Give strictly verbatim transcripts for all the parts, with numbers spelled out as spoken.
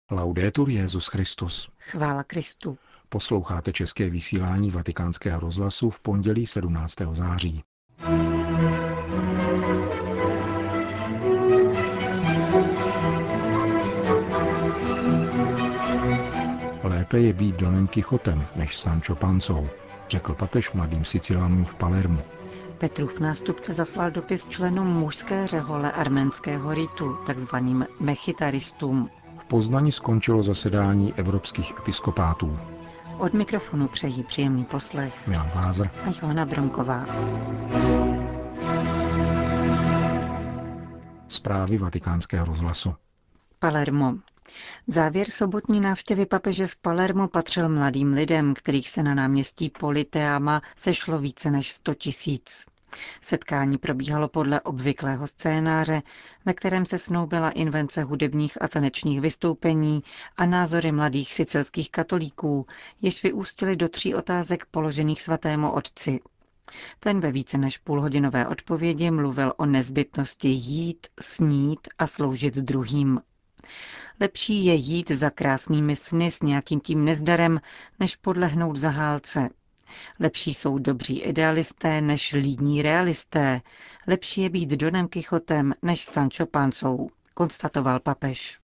Laudetur Jesus Christus. Chvála Kristu. Posloucháte české vysílání Vatikánského rozhlasu v pondělí sedmnáctého září. Lépe je být Donem Kichotem než Sancho Panzou, řekl papež mladým Sicilánům v Palermu. Petrův nástupce zaslal dopis členům mužské řehole arménského ritu, takzvaným mechitaristům. V Poznani skončilo zasedání evropských episkopátů. Od mikrofonu přejí příjemný poslech Milan Glázer a Johana Bromková. Zprávy Vatikánského rozhlasu. Palermo. Závěr sobotní návštěvy papeže v Palermu patřil mladým lidem, kterých se na náměstí Politeama sešlo více než sto tisíc. Setkání probíhalo podle obvyklého scénáře, ve kterém se snoubila invence hudebních a tanečních vystoupení a názory mladých sicilských katolíků, jež vyústily do tří otázek položených svatému otci. Ten ve více než půlhodinové odpovědi mluvil o nezbytnosti jít, snít a sloužit druhým. Lepší je jít za krásnými sny s nějakým tím nezdarem, než podlehnout zahálce. Lepší jsou dobří idealisté než lídní realisté. Lepší je být Donem Kichotem než Sancho Panzou, konstatoval papež.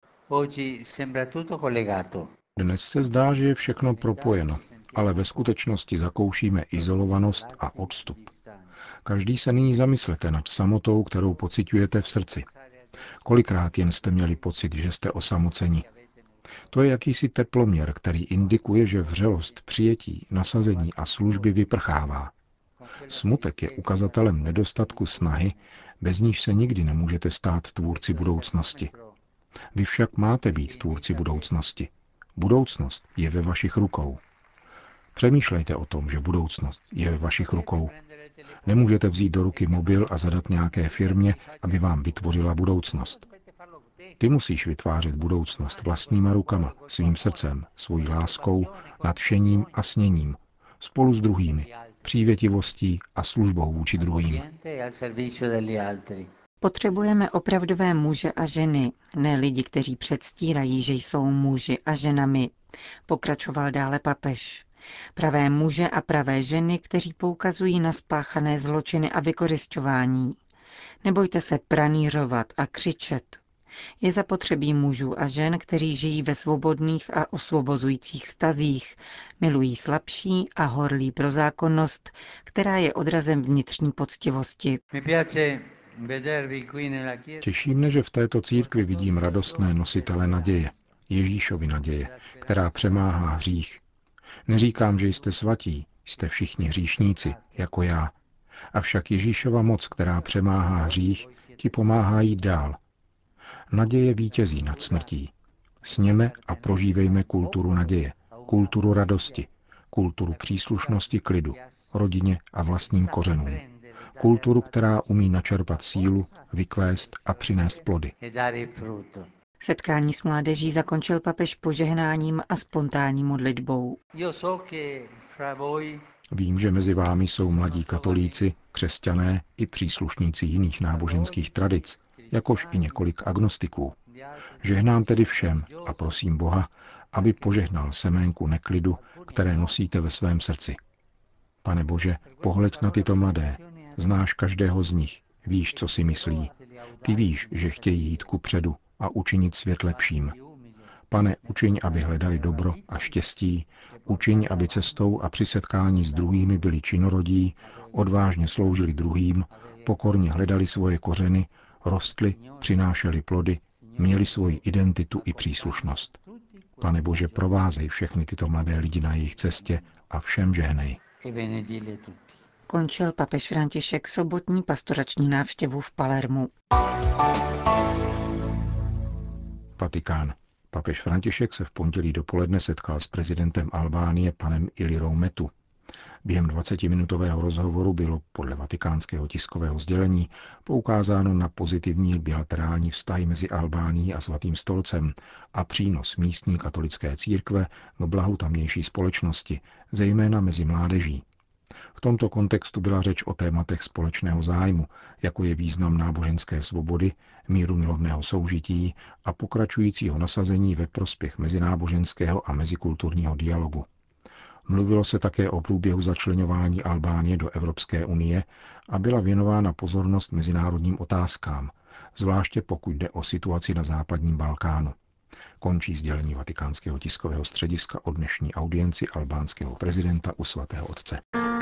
Dnes se zdá, že je všechno propojeno, ale ve skutečnosti zakoušíme izolovanost a odstup. Každý se nyní zamyslete nad samotou, kterou pociťujete v srdci. Kolikrát jen jste měli pocit, že jste osamoceni? To je jakýsi teploměr, který indikuje, že vřelost, přijetí, nasazení a služby vyprchává. Smutek je ukazatelem nedostatku snahy, bez níž se nikdy nemůžete stát tvůrci budoucnosti. Vy však máte být tvůrci budoucnosti. Budoucnost je ve vašich rukou. Přemýšlejte o tom, že budoucnost je ve vašich rukou. Nemůžete vzít do ruky mobil a zadat nějaké firmě, aby vám vytvořila budoucnost. Ty musíš vytvářet budoucnost vlastníma rukama, svým srdcem, svojí láskou, nadšením a sněním, spolu s druhými, přívětivostí a službou vůči druhým. Potřebujeme opravdové muže a ženy, ne lidi, kteří předstírají, že jsou muži a ženami, pokračoval dále papež. Pravé muže a pravé ženy, kteří poukazují na spáchané zločiny a vykořisťování. Nebojte se pranířovat a křičet. Je zapotřebí mužů a žen, kteří žijí ve svobodných a osvobozujících vztazích, milují slabší a horlí pro zákonnost, která je odrazem vnitřní poctivosti. Těší mne, že v této církvi vidím radostné nositele naděje, Ježíšovy naděje, která přemáhá hřích. Neříkám, že jste svatí, jste všichni hříšníci, jako já. Avšak Ježíšova moc, která přemáhá hřích, ti pomáhá jít dál. Naděje vítězí nad smrtí. Sněme a prožívejme kulturu naděje, kulturu radosti, kulturu příslušnosti k lidu, rodině a vlastním kořenům. Kulturu, která umí načerpat sílu, vykvést a přinést plody. Setkání s mládeží zakončil papež požehnáním a spontánní modlitbou. Vím, že mezi vámi jsou mladí katolíci, křesťané i příslušníci jiných náboženských tradic, jakož i několik agnostiků. Žehnám tedy všem a prosím Boha, aby požehnal seménku neklidu, které nosíte ve svém srdci. Pane Bože, pohleď na tyto mladé, znáš každého z nich, víš, co si myslí. Ty víš, že chtějí jít kupředu a učinit svět lepším. Pane, učiň, aby hledali dobro a štěstí, učiň, aby cestou a při setkání s druhými byli činorodí, odvážně sloužili druhým, pokorně hledali svoje kořeny, rostli, přinášeli plody, měli svoji identitu i příslušnost. Pane Bože, provázej všechny tyto mladé lidi na jejich cestě a všem žehnej. Končil papež František sobotní pastorační návštěvu v Palermu. Vatikán. Papež František se v pondělí dopoledne setkal s prezidentem Albánie panem Ilirou Metu. Během dvacetiminutového rozhovoru bylo podle vatikánského tiskového sdělení poukázáno na pozitivní bilaterální vztahy mezi Albánií a Svatým stolcem a přínos místní katolické církve k blahu tamnější společnosti, zejména mezi mládeží. V tomto kontextu byla řeč o tématech společného zájmu, jako je význam náboženské svobody, mírumilovného soužití a pokračujícího nasazení ve prospěch mezináboženského a mezikulturního dialogu. Mluvilo se také o průběhu začleňování Albánie do Evropské unie a byla věnována pozornost mezinárodním otázkám, zvláště pokud jde o situaci na západním Balkánu. Končí sdělení Vatikánského tiskového střediska o dnešní audienci albánského prezidenta u svatého otce.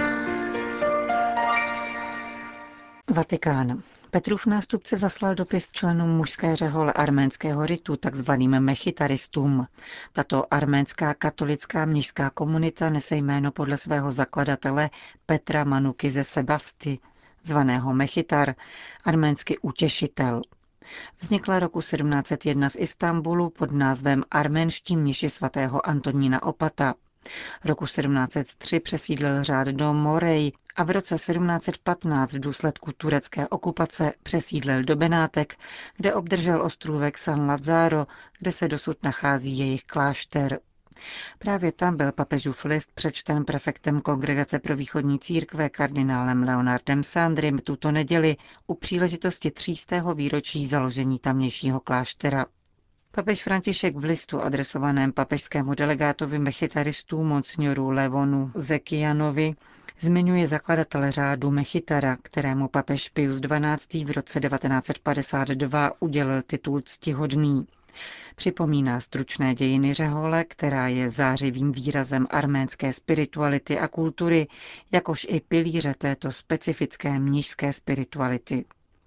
Vatikán. Petrův nástupce zaslal dopis členům mužské řehole arménského ritu, takzvaným mechitaristům. Tato arménská katolická mnišská komunita nese jméno podle svého zakladatele Petra Manuky ze Sebasty, zvaného Mechitar, arménsky utěšitel. Vznikla roku sedmnáct set jedna v Istanbulu pod názvem Arménští mniši svatého Antonína Opata. Roku sedmnáct set tři přesídlil řád do Morej a v roce sedmnáct set patnáct v důsledku turecké okupace přesídlil do Benátek, kde obdržel ostrůvek San Lazzaro, kde se dosud nachází jejich klášter. Právě tam byl papežův list přečten prefektem Kongregace pro východní církve kardinálem Leonardem Sandrym tuto neděli u příležitosti třístého výročí založení tamnějšího kláštera. Papež František v listu adresovaném papežskému delegátovi mechitaristů monsignoru Levonu Zekianovi zmiňuje zakladatele řádu Mechitara, kterému papež Pius dvanáctý. V roce devatenáct set padesát dva udělil titul ctihodný. Připomíná stručné dějiny řehole, která je zářivým výrazem arménské spirituality a kultury, jakož i pilíře této specifické mnišské spirituality.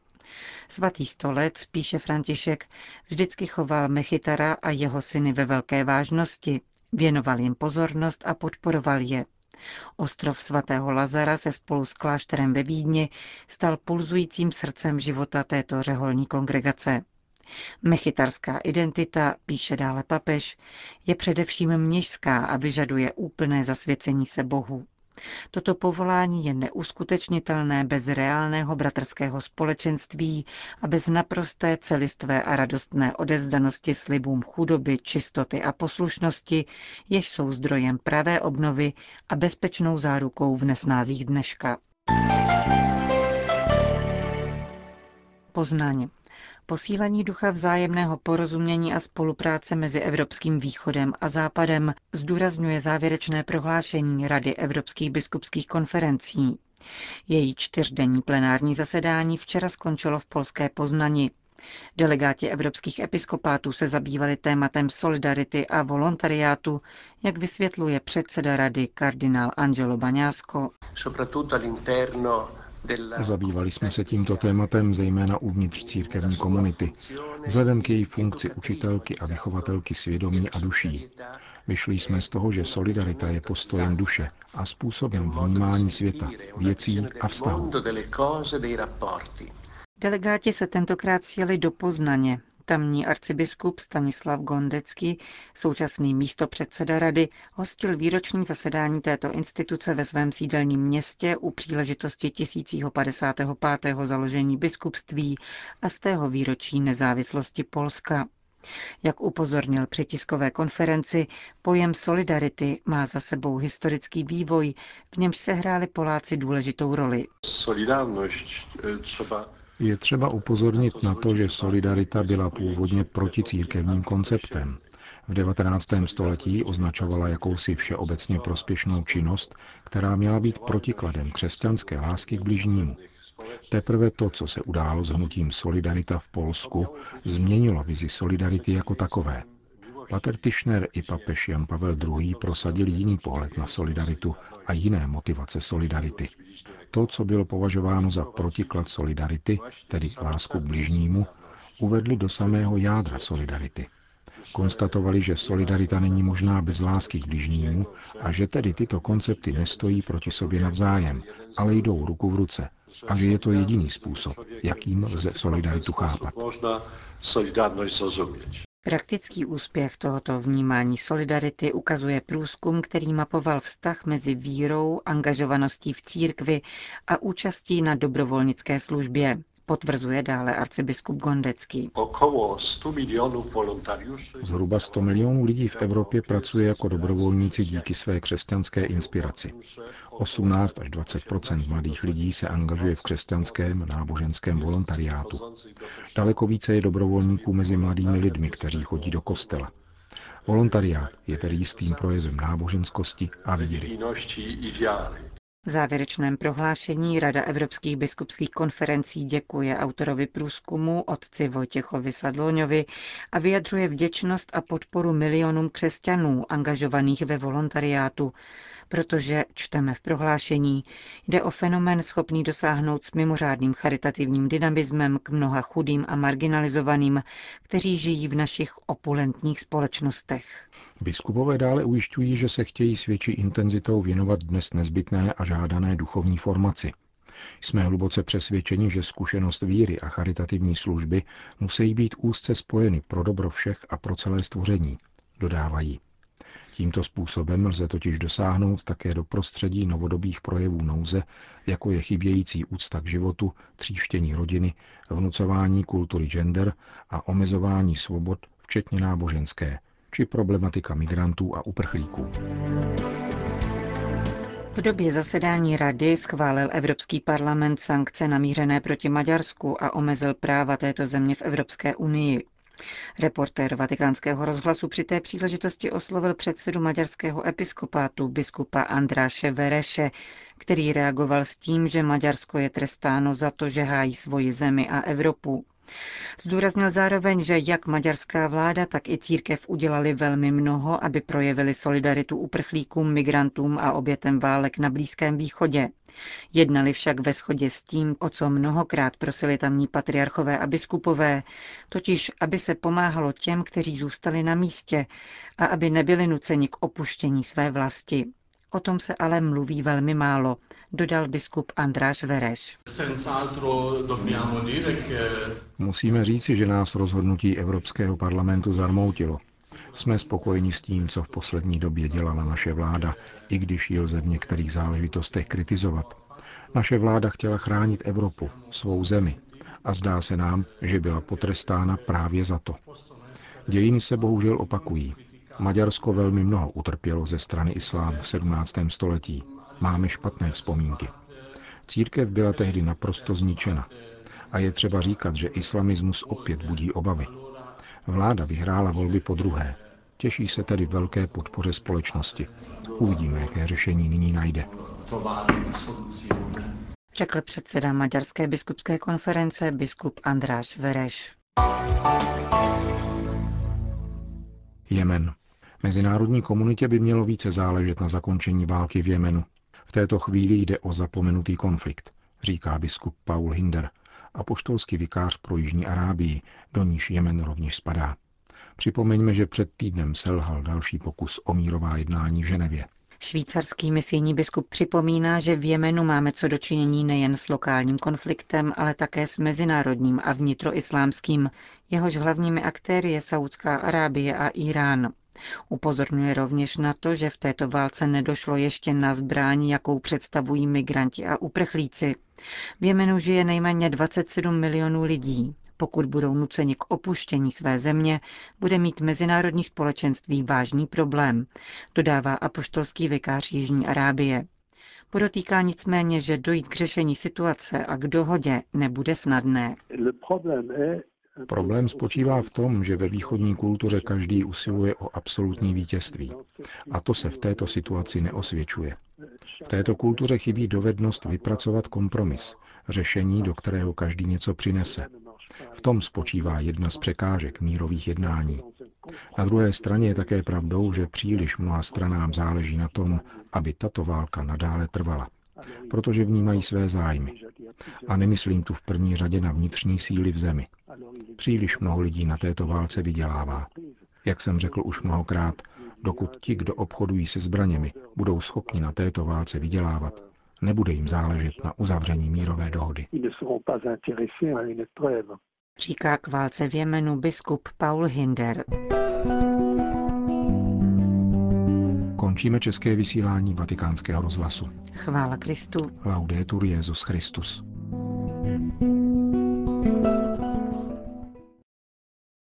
Svatý stolec, píše František, vždycky choval Mechitara a jeho syny ve velké vážnosti, věnoval jim pozornost a podporoval je. Ostrov svatého Lazara se spolu s klášterem ve Vídni stal pulzujícím srdcem života této řeholní kongregace. Mechitarská identita, píše dále papež, je především mnišská a vyžaduje úplné zasvěcení se Bohu. Toto povolání je neuskutečnitelné bez reálného bratrského společenství a bez naprosté celistvé a radostné odevzdanosti slibům chudoby, čistoty a poslušnosti, jež jsou zdrojem pravé obnovy a bezpečnou zárukou v nesnázích dneška. Poznaň. Posílení ducha vzájemného porozumění a spolupráce mezi Evropským východem a západem zdůrazňuje závěrečné prohlášení Rady Evropských biskupských konferencí. Její čtyřdenní plenární zasedání včera skončilo v polské Poznani. Delegáti evropských episkopátů se zabývali tématem solidarity a volontariátu, jak vysvětluje předseda rady kardinál Angelo Bagnasco. Zabývali jsme se tímto tématem zejména uvnitř církevní komunity, vzhledem k její funkci učitelky a vychovatelky svědomí a duší. Vyšli jsme z toho, že solidarita je postojem duše a způsobem vnímání světa, věcí a vztahů. Delegáti se tentokrát sjeli do Poznaně. Tamní arcibiskup Stanislav Gondecký, současný místopředseda rady, hostil výroční zasedání této instituce ve svém sídelním městě u příležitosti tisíc padesátého pátého založení biskupství a z tého výročí nezávislosti Polska. Jak upozornil při tiskové konferenci, pojem solidarity má za sebou historický vývoj, v němž sehráli Poláci důležitou roli. Je třeba upozornit na to, že solidarita byla původně proticírkevním konceptem. V devatenáctém století označovala jakousi všeobecně prospěšnou činnost, která měla být protikladem křesťanské lásky k bližnímu. Teprve to, co se událo s hnutím Solidarita v Polsku, změnilo vizi solidarity jako takové. Pater Tischner i papež Jan Pavel druhý. Prosadili jiný pohled na solidaritu a jiné motivace solidarity. To, co bylo považováno za protiklad solidarity, tedy lásku k bližnímu, uvedli do samého jádra solidarity. Konstatovali, že solidarita není možná bez lásky k bližnímu a že tedy tyto koncepty nestojí proti sobě navzájem, ale jdou ruku v ruce a že je to jediný způsob, jakým lze solidaritu chápat. Praktický úspěch tohoto vnímání solidarity ukazuje průzkum, který mapoval vztah mezi vírou, angažovaností v církvi a účastí na dobrovolnické službě. potvrzuje dále arcibiskup Gondecký. Zhruba sto milionů lidí v Evropě pracuje jako dobrovolníci díky své křesťanské inspiraci. osmnáct až dvacet mladých lidí se angažuje v křesťanském náboženském volontariátu. Daleko více je dobrovolníků mezi mladými lidmi, kteří chodí do kostela. Volontariát je tedy jistým projevem náboženskosti a víry. V závěrečném prohlášení Rada Evropských biskupských konferencí děkuje autorovi průzkumu otci Vojtěchovi Sadloňovi a vyjadřuje vděčnost a podporu milionům křesťanů angažovaných ve volontariátu, protože, čteme v prohlášení, jde o fenomén schopný dosáhnout s mimořádným charitativním dynamismem k mnoha chudým a marginalizovaným, kteří žijí v našich opulentních společnostech. Biskupové dále ujišťují, že se chtějí s větší intenzitou věnovat dnes nezbytné a žádané duchovní formaci. Jsme hluboce přesvědčeni, že zkušenost víry a charitativní služby musí být úzce spojeny pro dobro všech a pro celé stvoření, dodávají. Tímto způsobem lze totiž dosáhnout také do prostředí novodobých projevů nouze, jako je chybějící úcta k životu, tříštění rodiny, vnucování kultury gender a omezování svobod, včetně náboženské, či problematika migrantů a uprchlíků. V době zasedání Rady schválil Evropský parlament sankce namířené proti Maďarsku a omezil práva této země v Evropské unii. Reportér Vatikánského rozhlasu při té příležitosti oslovil předsedu maďarského episkopátu biskupa Andráše Vereše, který reagoval s tím, že Maďarsko je trestáno za to, že hájí svoji zemi a Evropu. Zdůraznil zároveň, že jak maďarská vláda, tak i církev udělali velmi mnoho, aby projevili solidaritu uprchlíkům, migrantům a obětem válek na Blízkém východě. Jednali však ve shodě s tím, o co mnohokrát prosili tamní patriarchové a biskupové, totiž aby se pomáhalo těm, kteří zůstali na místě a aby nebyli nuceni k opuštění své vlasti. O tom se ale mluví velmi málo, dodal biskup Andráš Vereš. Musíme říci, že nás rozhodnutí Evropského parlamentu zarmoutilo. Jsme spokojeni s tím, co v poslední době dělala naše vláda, i když ji lze v některých záležitostech kritizovat. Naše vláda chtěla chránit Evropu, svou zemi, a zdá se nám, že byla potrestána právě za to. Dějiny se bohužel opakují. Maďarsko velmi mnoho utrpělo ze strany islámu v sedmnáctém století. Máme špatné vzpomínky. Církev byla tehdy naprosto zničena. A je třeba říkat, že islamismus opět budí obavy. Vláda vyhrála volby podruhé. Těší se tedy velké podpoře společnosti. Uvidíme, jaké řešení nyní najde. Řekl předseda Maďarské biskupské konference biskup Andráš Vereš. Jemen. Mezinárodní komunitě by mělo více záležet na zakončení války v Jemenu. V této chvíli jde o zapomenutý konflikt, říká biskup Paul Hinder, apoštolský vikář pro Jižní Arábii, do níž Jemen rovněž spadá. Připomeňme, že před týdnem selhal další pokus o mírová jednání v Ženevě. Švýcarský misijní biskup připomíná, že v Jemenu máme co dočinění nejen s lokálním konfliktem, ale také s mezinárodním a vnitroislámským, jehož hlavními aktéry je Saúdská Arábie a Irán. Upozorňuje rovněž na to, že v této válce nedošlo ještě na zbraň, jakou představují migranti a uprchlíci. V Jemenu žije nejméně dvacet sedm milionů lidí. Pokud budou nuceni k opuštění své země, bude mít mezinárodní společenství vážný problém, dodává apoštolský vikář Jižní Arábie. Podotýká nicméně, že dojít k řešení situace a k dohodě nebude snadné. Problém spočívá v tom, že ve východní kultuře každý usiluje o absolutní vítězství. A to se v této situaci neosvědčuje. V této kultuře chybí dovednost vypracovat kompromis, řešení, do kterého každý něco přinese. V tom spočívá jedna z překážek mírových jednání. Na druhé straně je také pravdou, že příliš mnoha stranám záleží na tom, aby tato válka nadále trvala, protože v ní mají své zájmy. A nemyslím tu v první řadě na vnitřní síly v zemi. Příliš mnoho lidí na této válce vydělává. Jak jsem řekl už mnohokrát, dokud ti, kdo obchodují se zbraněmi, budou schopni na této válce vydělávat, nebude jim záležet na uzavření mírové dohody. Říká k válce v Jemenu biskup Paul Hinder. Končíme české vysílání Vatikánského rozhlasu. Chvála Kristu. Laudetur Jesus Christus.